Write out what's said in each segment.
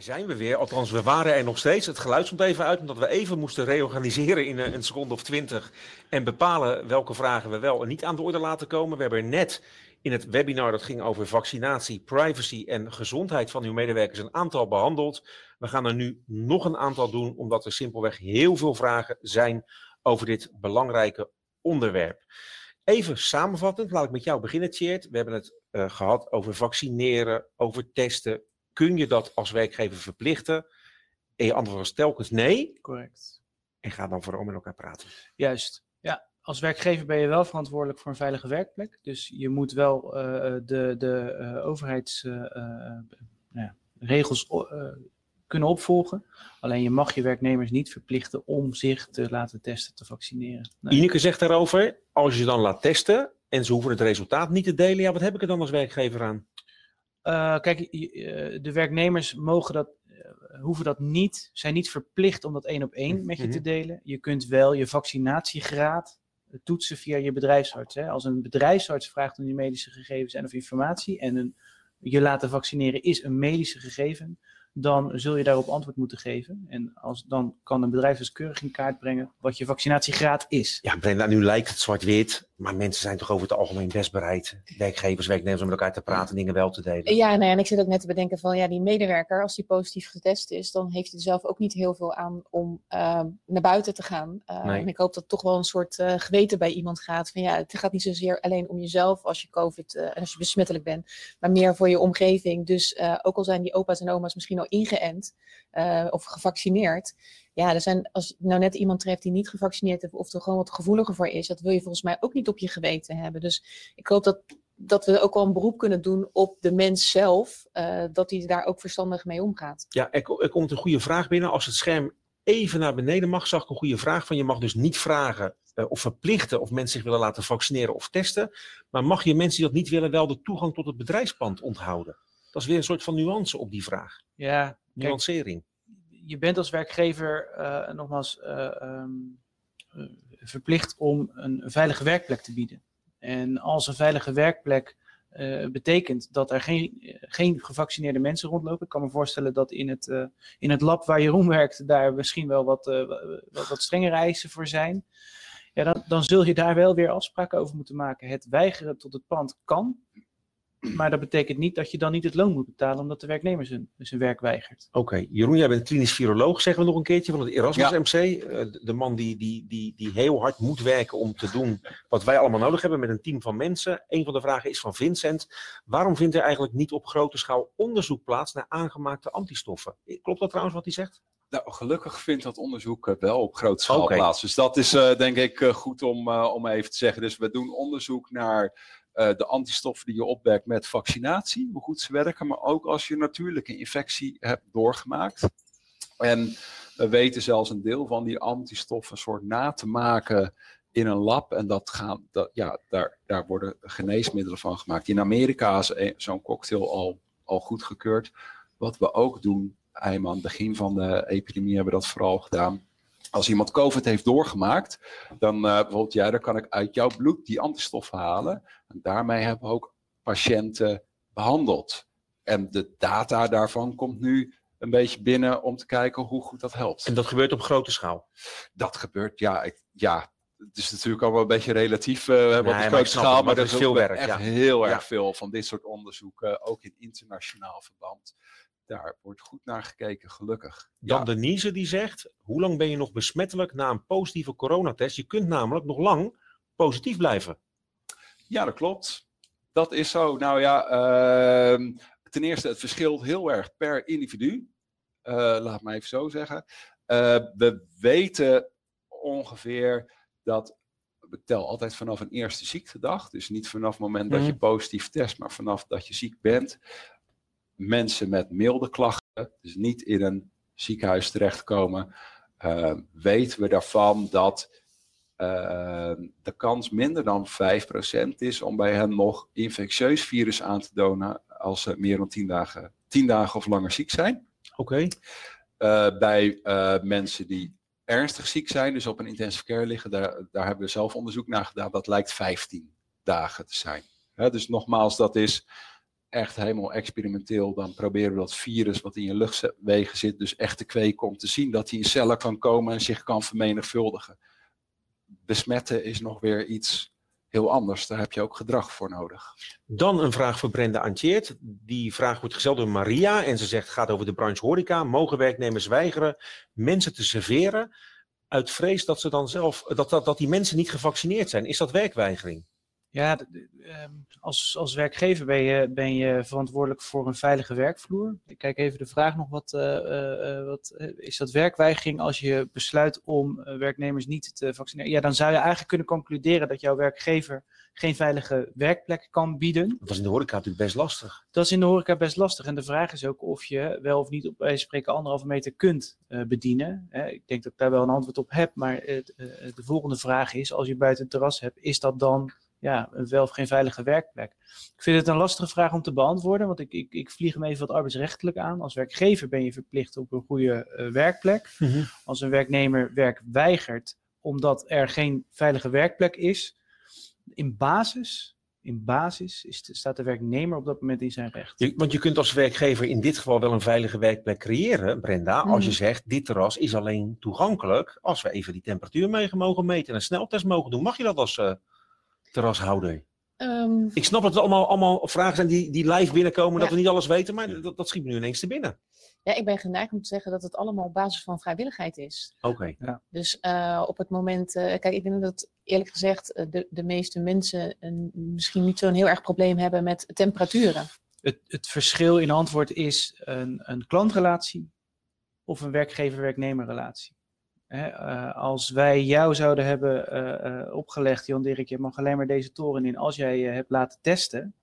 Zijn we weer, althans we waren er nog steeds. Het geluid stond even uit omdat we even moesten reorganiseren in een seconde of 20 en bepalen welke vragen we wel en niet aan de orde laten komen. We hebben er net in het webinar dat ging over vaccinatie, privacy en gezondheid van uw medewerkers een aantal behandeld. We gaan er nu nog een aantal doen omdat er simpelweg heel veel vragen zijn over dit belangrijke onderwerp. Even samenvattend, laat ik met jou beginnen, Tjeerd. We hebben het gehad over vaccineren, over testen. Kun je dat als werkgever verplichten? En je antwoord was telkens nee. Correct. En ga dan vooral met elkaar praten. Juist. Ja, als werkgever ben je wel verantwoordelijk voor een veilige werkplek. Dus je moet wel de overheidsregels kunnen opvolgen. Alleen je mag je werknemers niet verplichten om zich te laten testen, te vaccineren. Nee. Ineke zegt daarover, als je ze dan laat testen en ze hoeven het resultaat niet te delen, ja, wat heb ik er dan als werkgever aan? Kijk, de werknemers hoeven dat niet, zijn niet verplicht om dat 1 op 1 met je te delen. Je kunt wel je vaccinatiegraad toetsen via je bedrijfsarts. Hè. Als een bedrijfsarts vraagt om die medische gegevens en of informatie en je laten vaccineren is een medische gegeven, dan zul je daarop antwoord moeten geven. En dan kan een bedrijfsarts keurig in kaart brengen wat je vaccinatiegraad is. Ja, Brenda, nu lijkt het zwart-wit, maar mensen zijn toch over het algemeen best bereid, werkgevers, werknemers, om met elkaar te praten, dingen wel te delen. Ja, en ik zit ook net te bedenken van, ja, die medewerker, als die positief getest is, dan heeft hij er zelf ook niet heel veel aan om naar buiten te gaan. Nee. En ik hoop dat toch wel een soort geweten bij iemand gaat van, ja, het gaat niet zozeer alleen om jezelf als je COVID, en als je besmettelijk bent, maar meer voor je omgeving. Dus ook al zijn die opa's en oma's misschien al ingeënt of gevaccineerd. Ja, er zijn, als je nou net iemand treft die niet gevaccineerd heeft of er gewoon wat gevoeliger voor is, dat wil je volgens mij ook niet op je geweten hebben. Dus ik hoop dat we ook wel een beroep kunnen doen op de mens zelf, dat hij daar ook verstandig mee omgaat. Ja, er komt een goede vraag binnen. Als het scherm even naar beneden mag, zag ik een goede vraag van je mag dus niet vragen of verplichten of mensen zich willen laten vaccineren of testen, maar mag je mensen die dat niet willen wel de toegang tot het bedrijfspand onthouden? Dat is weer een soort van nuance op die vraag. Ja, nuancering. Je bent als werkgever nogmaals verplicht om een veilige werkplek te bieden. En als een veilige werkplek betekent dat er geen gevaccineerde mensen rondlopen. Ik kan me voorstellen dat in het lab waar Jeroen werkt, daar misschien wel wat strengere eisen voor zijn. Ja, dan zul je daar wel weer afspraken over moeten maken. Het weigeren tot het pand kan. Maar dat betekent niet dat je dan niet het loon moet betalen omdat de werknemer zijn werk weigert. Oké, Jeroen, jij bent klinisch viroloog, zeggen we nog een keertje, van het Erasmus MC. De man die heel hard moet werken om te doen wat wij allemaal nodig hebben met een team van mensen. Een van de vragen is van Vincent. Waarom vindt er eigenlijk niet op grote schaal onderzoek plaats naar aangemaakte antistoffen? Klopt dat trouwens wat hij zegt? Nou, gelukkig vindt dat onderzoek wel op grote schaal plaats. Dus dat is denk ik goed om even te zeggen. Dus we doen onderzoek naar de antistoffen die je opwekt met vaccinatie, hoe goed ze werken, maar ook als je natuurlijke infectie hebt doorgemaakt. En we weten zelfs een deel van die antistoffen soort na te maken in een lab. En daar worden geneesmiddelen van gemaakt. In Amerika is zo'n cocktail al goedgekeurd. Wat we ook doen, aan het begin van de epidemie hebben we dat vooral gedaan. Als iemand COVID heeft doorgemaakt, dan bijvoorbeeld, dan kan ik uit jouw bloed die antistoffen halen. En daarmee hebben we ook patiënten behandeld. En de data daarvan komt nu een beetje binnen om te kijken hoe goed dat helpt. En dat gebeurt op grote schaal? Dat gebeurt, ja. Het is natuurlijk al wel een beetje relatief op de grote schaal, maar er is veel werk. Echt heel erg veel van dit soort onderzoeken, ook in internationaal verband. Daar wordt goed naar gekeken, gelukkig. Dan Denise die zegt, hoe lang ben je nog besmettelijk na een positieve coronatest? Je kunt namelijk nog lang positief blijven. Ja, dat klopt. Dat is zo. Nou ja, ten eerste, het verschilt heel erg per individu. Laat me even zo zeggen. We weten ongeveer dat, ik tel altijd vanaf een eerste ziektedag. Dus niet vanaf het moment dat je positief test, maar vanaf dat je ziek bent. Mensen met milde klachten, dus niet in een ziekenhuis terechtkomen, weten we daarvan dat de kans minder dan 5% is om bij hen nog infectieus virus aan te tonen als ze meer dan 10 dagen of langer ziek zijn. Oké. Bij mensen die ernstig ziek zijn, dus op een intensive care liggen, daar hebben we zelf onderzoek naar gedaan, dat lijkt 15 dagen te zijn. Dus nogmaals, dat is echt helemaal experimenteel. Dan proberen we dat virus wat in je luchtwegen zit, dus echt te kweken om te zien dat hij in cellen kan komen en zich kan vermenigvuldigen. Besmetten is nog weer iets heel anders. Daar heb je ook gedrag voor nodig. Dan een vraag voor Brenda Antjeert. Die vraag wordt gesteld door Maria en ze zegt, gaat over de branche horeca. Mogen werknemers weigeren mensen te serveren uit vrees dat ze dan zelf, dat die mensen niet gevaccineerd zijn? Is dat werkweigering? Ja, als werkgever ben je verantwoordelijk voor een veilige werkvloer. Ik kijk even de vraag nog, wat is dat werkweigering als je besluit om werknemers niet te vaccineren? Ja, dan zou je eigenlijk kunnen concluderen dat jouw werkgever geen veilige werkplek kan bieden. Dat is in de horeca natuurlijk best lastig. Dat is in de horeca best lastig. En de vraag is ook of je wel of niet op wijze van spreken 1,5 meter kunt bedienen. Ik denk dat ik daar wel een antwoord op heb. Maar de volgende vraag is, als je buiten het terras hebt, is dat dan wel of geen veilige werkplek? Ik vind het een lastige vraag om te beantwoorden, want ik vlieg hem even wat arbeidsrechtelijk aan. Als werkgever ben je verplicht op een goede werkplek. Mm-hmm. Als een werknemer werk weigert omdat er geen veilige werkplek is, in basis staat de werknemer op dat moment in zijn recht. Want je kunt als werkgever in dit geval wel een veilige werkplek creëren, Brenda, als je zegt, dit terras is alleen toegankelijk als we even die temperatuur mogen meten en een sneltest mogen doen. Mag je dat als terrashouder? Ik snap dat het allemaal vragen zijn die live binnenkomen, dat we niet alles weten, maar dat schiet me nu ineens te binnen. Ja, ik ben geneigd om te zeggen dat het allemaal op basis van vrijwilligheid is. Oké. Ja. Dus op het moment, kijk, ik denk dat eerlijk gezegd de meeste mensen misschien niet zo'n heel erg probleem hebben met temperaturen. Het verschil in antwoord is een klantrelatie of een werkgever-werknemerrelatie. Als wij jou zouden hebben opgelegd, Jan Dirk, je mag alleen maar deze toren in als jij je hebt laten testen,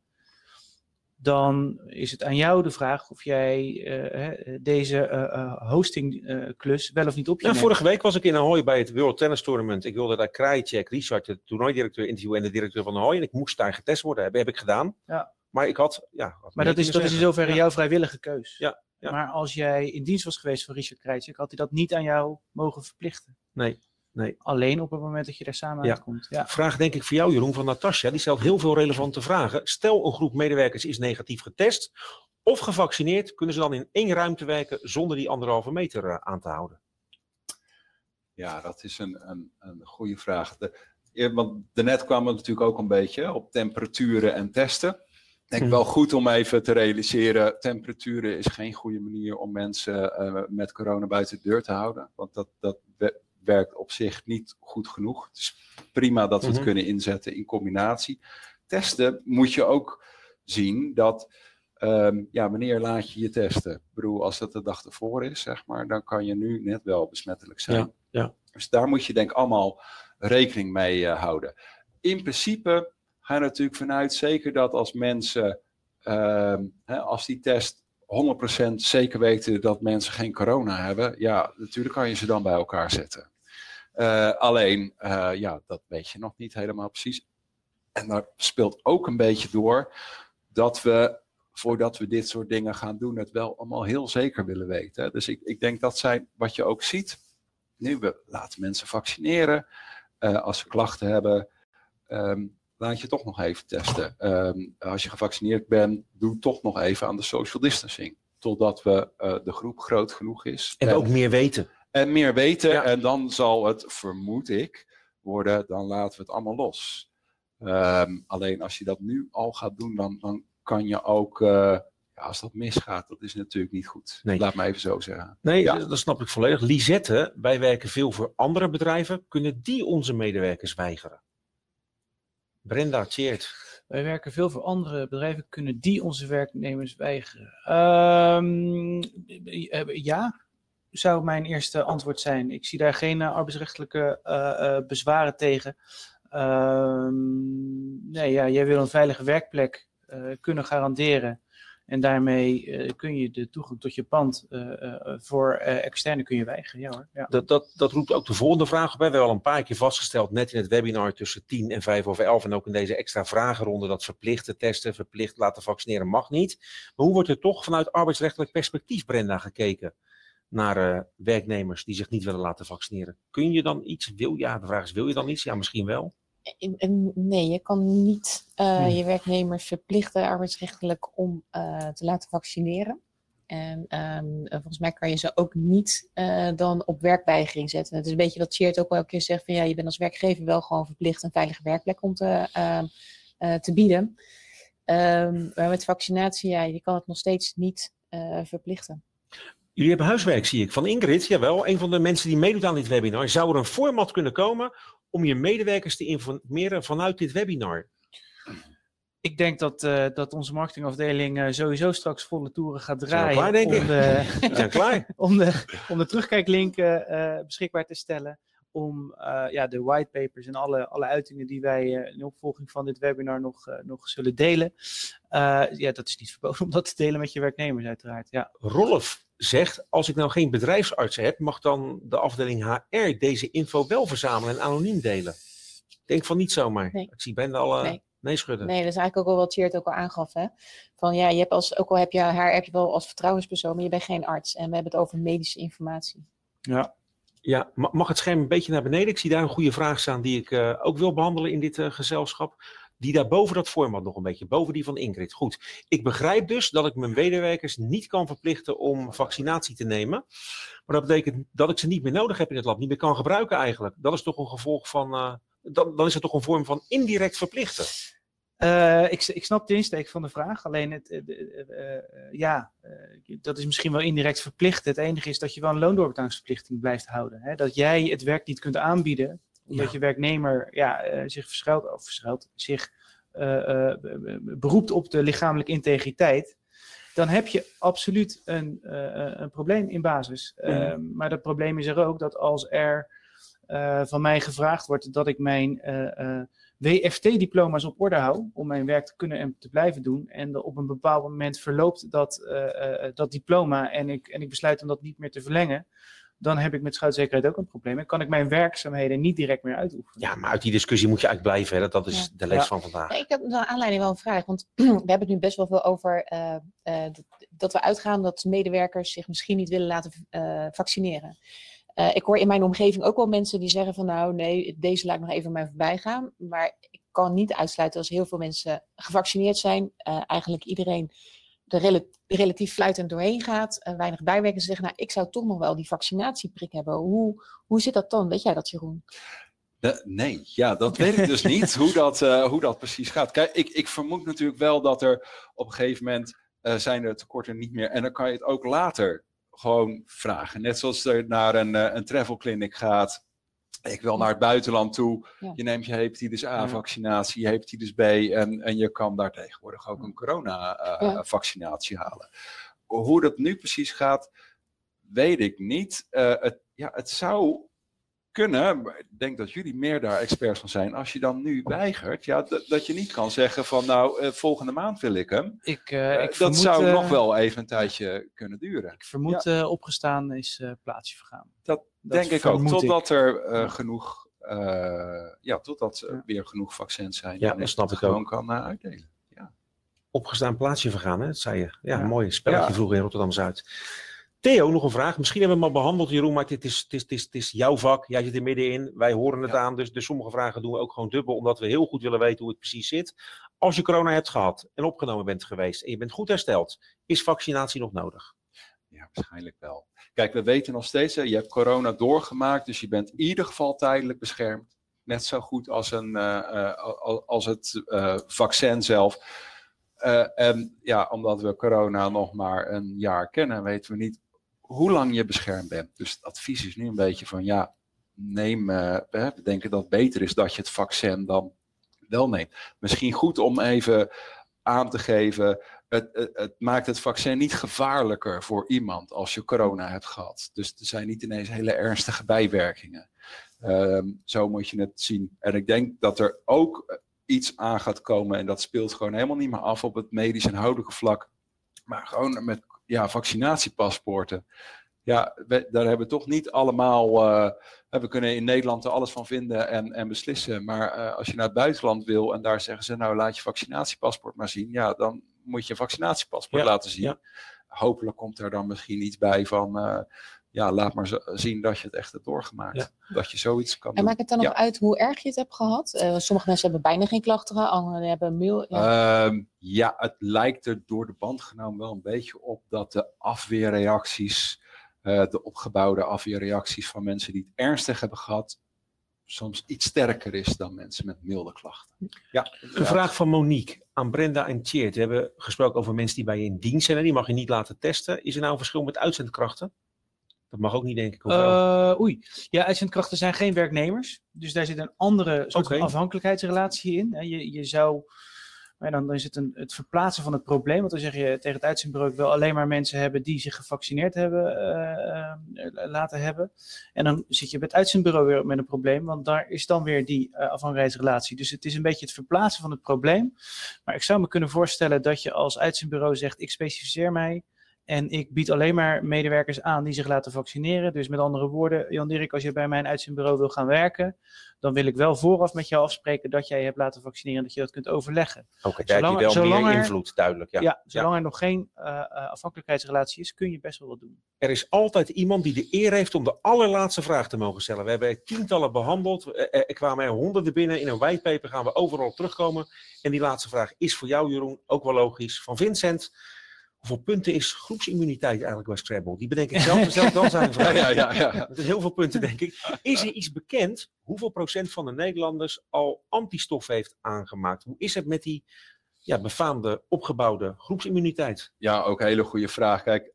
dan is het aan jou de vraag of jij deze hostingklus wel of niet op je neemt. Vorige week was ik in Ahoy bij het World Tennis Tournament. Ik wilde daar Krajicek, Richard, de toernooidirecteur, interviewen en de directeur van Ahoy. En ik moest daar getest worden. Heb ik gedaan. Ja. Maar ik had... Maar dat is in zoverre jouw vrijwillige keus. Ja. Maar als jij in dienst was geweest van Richard Krajicek, had hij dat niet aan jou mogen verplichten. Nee. Alleen op het moment dat je daar samen uitkomt. Ja. Vraag denk ik voor jou, Jeroen, van Natasja. Die stelt heel veel relevante vragen. Stel een groep medewerkers is negatief getest of gevaccineerd. Kunnen ze dan in één ruimte werken zonder die 1,5 meter aan te houden? Ja, dat is een goede vraag. Want daarnet kwamen we natuurlijk ook een beetje op temperaturen en testen. Ik denk wel goed om even te realiseren, temperaturen is geen goede manier om mensen met corona buiten de deur te houden. Want dat werkt op zich niet goed genoeg. Het is prima dat we het kunnen inzetten in combinatie. Testen moet je ook zien dat, wanneer laat je je testen? Ik bedoel, als dat de dag ervoor is, zeg maar, dan kan je nu net wel besmettelijk zijn. Ja. Dus daar moet je denk ik allemaal rekening mee houden. In principe ga je natuurlijk vanuit zeker dat als mensen, als die test 100% zeker weten dat mensen geen corona hebben, ja, natuurlijk kan je ze dan bij elkaar zetten. Alleen, dat weet je nog niet helemaal precies. En daar speelt ook een beetje door dat we, voordat we dit soort dingen gaan doen, het wel allemaal heel zeker willen weten. Dus ik denk dat zijn wat je ook ziet. Nu, we laten mensen vaccineren. Als ze klachten hebben, laat je toch nog even testen. Als je gevaccineerd bent, doe toch nog even aan de social distancing. Totdat de groep groot genoeg is. En ook meer weten. En meer weten. En dan zal het, vermoed ik, worden, dan laten we het allemaal los. Alleen als je dat nu al gaat doen, dan kan je ook, als dat misgaat, dat is natuurlijk niet goed. Nee. Laat me even zo zeggen. Nee, dat snap ik volledig. Lisette, wij werken veel voor andere bedrijven. Kunnen die onze medewerkers weigeren? Brenda, Tjeerd. Wij werken veel voor andere bedrijven. Kunnen die onze werknemers weigeren? Ja, zou mijn eerste antwoord zijn. Ik zie daar geen arbeidsrechtelijke bezwaren tegen. Jij wil een veilige werkplek kunnen garanderen. En daarmee kun je de toegang tot je pand voor externe kun je weigeren. Ja, hoor. Ja. Dat roept ook de volgende vraag op. We hebben al een paar keer vastgesteld, net in het webinar tussen 10 en 5 over 11 en ook in deze extra vragenronde, dat verplichte testen, verplicht laten vaccineren mag niet. Maar hoe wordt er toch vanuit arbeidsrechtelijk perspectief, Brenda, gekeken naar werknemers die zich niet willen laten vaccineren? Kun je dan iets? De vraag is, wil je dan iets? Ja, misschien wel. Nee, je kan niet je werknemers verplichten arbeidsrechtelijk om te laten vaccineren. En volgens mij kan je ze ook niet dan op werkweigering zetten. Het is een beetje wat Tjeerd ook wel elke keer zegt. Van, ja, je bent als werkgever wel gewoon verplicht een veilige werkplek om te bieden. Maar met vaccinatie, ja, je kan het nog steeds niet verplichten. Jullie hebben huiswerk, zie ik, van Ingrid. Jawel, een van de mensen die meedoet aan dit webinar. Zou er een format kunnen komen om je medewerkers te informeren vanuit dit webinar? Ik denk dat onze marketingafdeling sowieso straks volle toeren gaat draaien. Klaar, denk ik. We zijn klaar. Om de terugkijklink beschikbaar te stellen. Om de whitepapers en alle uitingen die wij in opvolging van dit webinar nog zullen delen. Dat is niet verboden om dat te delen met je werknemers uiteraard. Ja. Rolf zegt, als ik nou geen bedrijfsarts heb, mag dan de afdeling HR deze info wel verzamelen en anoniem delen? Ik denk van niet zomaar. Nee. Ik zie Ben al nee schudden. Nee, dat is eigenlijk ook wel wat Tjeerd ook al aangaf. Hè? Van ja, je hebt ook al heb je HR heb je wel als vertrouwenspersoon, maar je bent geen arts. En we hebben het over medische informatie. Ja, mag het scherm een beetje naar beneden? Ik zie daar een goede vraag staan die ik ook wil behandelen in dit gezelschap. Die daar boven dat format nog een beetje, boven die van Ingrid. Goed, ik begrijp dus dat ik mijn medewerkers niet kan verplichten om vaccinatie te nemen. Maar dat betekent dat ik ze niet meer nodig heb in het lab, niet meer kan gebruiken eigenlijk. Dat is toch een gevolg van, dan is het toch een vorm van indirect verplichten. Ik snap de insteek van de vraag, alleen dat is misschien wel indirect verplicht. Het enige is dat je wel een loondoorbetalingsverplichting blijft houden. Hè? Dat jij het werk niet kunt aanbieden, omdat je werknemer zich beroept op de lichamelijke integriteit. Dan heb je absoluut een probleem in basis. Maar dat probleem is er ook dat als er van mij gevraagd wordt dat ik mijn WFT-diploma's op orde hou om mijn werk te kunnen en te blijven doen. En op een bepaald moment verloopt dat diploma en ik besluit om dat niet meer te verlengen. Dan heb ik met schouderzekerheid ook een probleem. En kan ik mijn werkzaamheden niet direct meer uitoefenen. Ja, maar uit die discussie moet je eigenlijk blijven. Hè? Dat is de les van vandaag. Ja, ik heb naar aanleiding wel een vraag. Want we hebben het nu best wel veel over dat we uitgaan dat medewerkers zich misschien niet willen laten vaccineren. Ik hoor in mijn omgeving ook wel mensen die zeggen van nou nee, deze laat ik nog even aan mij voorbij gaan. Maar ik kan niet uitsluiten als heel veel mensen gevaccineerd zijn. Eigenlijk iedereen er relatief fluitend doorheen gaat. Weinig bijwerkingen zeggen, nou ik zou toch nog wel die vaccinatieprik hebben. Hoe zit dat dan? Weet jij dat, Jeroen? Nee, dat weet ik dus niet hoe dat precies gaat. Kijk, ik vermoed natuurlijk wel dat er op een gegeven moment zijn er tekorten niet meer. En dan kan je het ook later gewoon vragen. Net zoals er naar een travel clinic gaat. Ik wil naar het buitenland toe. Ja. Je neemt je hepatitis A-vaccinatie, je hepatitis B. En je kan daar tegenwoordig ook een corona-vaccinatie halen. Hoe dat nu precies gaat, weet ik niet. Het zou kunnen, maar ik denk dat jullie meer daar experts van zijn. Als je dan nu weigert, dat je niet kan zeggen van nou, volgende maand wil ik hem. Dat zou nog wel even een tijdje kunnen duren. Ik vermoed opgestaan is plaatsje vergaan. Dat denk ik ook, totdat er genoeg, weer genoeg vaccins zijn. Ja, dat snap ik gewoon kan uitdelen. Ja. Opgestaan plaatsje vergaan, hè? Dat zei je. Ja, een mooi spelletje vroeger in Rotterdam-Zuid. Theo, nog een vraag. Misschien hebben we hem al behandeld, Jeroen, maar het is jouw vak. Jij zit er middenin. Wij horen het aan. Dus sommige vragen doen we ook gewoon dubbel, omdat we heel goed willen weten hoe het precies zit. Als je corona hebt gehad en opgenomen bent geweest en je bent goed hersteld, is vaccinatie nog nodig? Ja, waarschijnlijk wel. Kijk, we weten nog steeds, je hebt corona doorgemaakt, dus je bent in ieder geval tijdelijk beschermd. Net zo goed als het vaccin zelf. En omdat we corona nog maar een jaar kennen, weten we niet hoe lang je beschermd bent. Dus het advies is nu een beetje van we denken dat het beter is dat je het vaccin dan wel neemt. Misschien goed om even aan te geven, het maakt het vaccin niet gevaarlijker voor iemand als je corona hebt gehad. Dus er zijn niet ineens hele ernstige bijwerkingen. Zo moet je het zien. En ik denk dat er ook iets aan gaat komen en dat speelt gewoon helemaal niet meer af op het medisch inhoudelijke vlak. Maar gewoon met vaccinatiepaspoorten. Ja, daar hebben we toch niet allemaal. We kunnen in Nederland er alles van vinden en beslissen. Maar als je naar het buitenland wil en daar zeggen ze nou laat je vaccinatiepaspoort maar zien. Ja, dan moet je een vaccinatiepaspoort laten zien. hopelijk komt er dan misschien iets bij van... laat maar zien dat je het echt hebt doorgemaakt. Ja. Dat je zoiets kan doen. En maakt het dan nog uit hoe erg je het hebt gehad? Sommige mensen hebben bijna geen klachten gehad, anderen hebben mail. Ja. Het lijkt er door de band genomen wel een beetje op dat de afweerreacties, de opgebouwde afweerreacties van mensen die het ernstig hebben gehad, soms iets sterker is dan mensen met milde klachten. Ja, een vraag van Monique aan Brenda en Tjeerd. We hebben gesproken over mensen die bij je in dienst zijn en die mag je niet laten testen. Is er nou een verschil met uitzendkrachten? Dat mag ook niet, denk ik. Ja, uitzendkrachten zijn geen werknemers. Dus daar zit een andere soort van afhankelijkheidsrelatie in. Je zou... Maar dan is het het verplaatsen van het probleem. Want dan zeg je tegen het uitzendbureau: ik wil alleen maar mensen hebben die zich gevaccineerd hebben laten hebben. En dan zit je bij het uitzendbureau weer met een probleem. Want daar is dan weer die afhankelijkheidsrelatie. Dus het is een beetje het verplaatsen van het probleem. Maar ik zou me kunnen voorstellen dat je als uitzendbureau zegt: ik specificeer mij. En ik bied alleen maar medewerkers aan die zich laten vaccineren. Dus met andere woorden, Jan-Dirk, als je bij mijn uitzendbureau wil gaan werken, dan wil ik wel vooraf met jou afspreken dat jij je hebt laten vaccineren en dat je dat kunt overleggen. Oké, daar heb je wel meer invloed, duidelijk. Ja, zolang er nog geen afhankelijkheidsrelatie is, kun je best wel wat doen. Er is altijd iemand die de eer heeft om de allerlaatste vraag te mogen stellen. We hebben er tientallen behandeld. Er kwamen er honderden binnen. In een whitepaper gaan we overal op terugkomen. En die laatste vraag is voor jou, Jeroen, ook wel logisch. Van Vincent: hoeveel punten is groepsimmuniteit eigenlijk bij Scrabble? Die bedenk ik zelf, zelf wel zijn vraag. Ja. Met heel veel punten, denk ik. Is er iets bekend hoeveel procent van de Nederlanders al antistof heeft aangemaakt? Hoe is het met die befaamde opgebouwde groepsimmuniteit? Ja, ook een hele goede vraag. Kijk,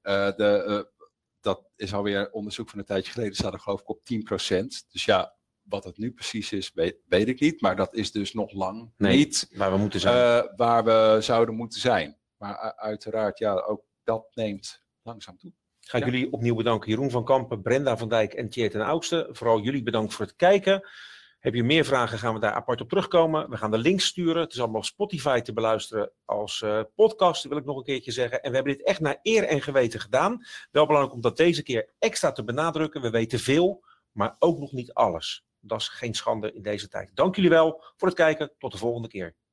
dat is alweer onderzoek van een tijdje geleden. Staat er geloof ik op 10%. Dus ja, wat het nu precies is, weet ik niet. Maar dat is dus nog lang niet waar we moeten zijn. Waar we zouden moeten zijn. Maar uiteraard, ook dat neemt langzaam toe. Ga ik jullie opnieuw bedanken. Jeroen van Kampen, Brenda van Dijk en Tjeerd ten Oudste. Vooral jullie bedankt voor het kijken. Heb je meer vragen, gaan we daar apart op terugkomen. We gaan de links sturen. Het is allemaal op Spotify te beluisteren als podcast, wil ik nog een keertje zeggen. En we hebben dit echt naar eer en geweten gedaan. Wel belangrijk om dat deze keer extra te benadrukken. We weten veel, maar ook nog niet alles. Dat is geen schande in deze tijd. Dank jullie wel voor het kijken. Tot de volgende keer.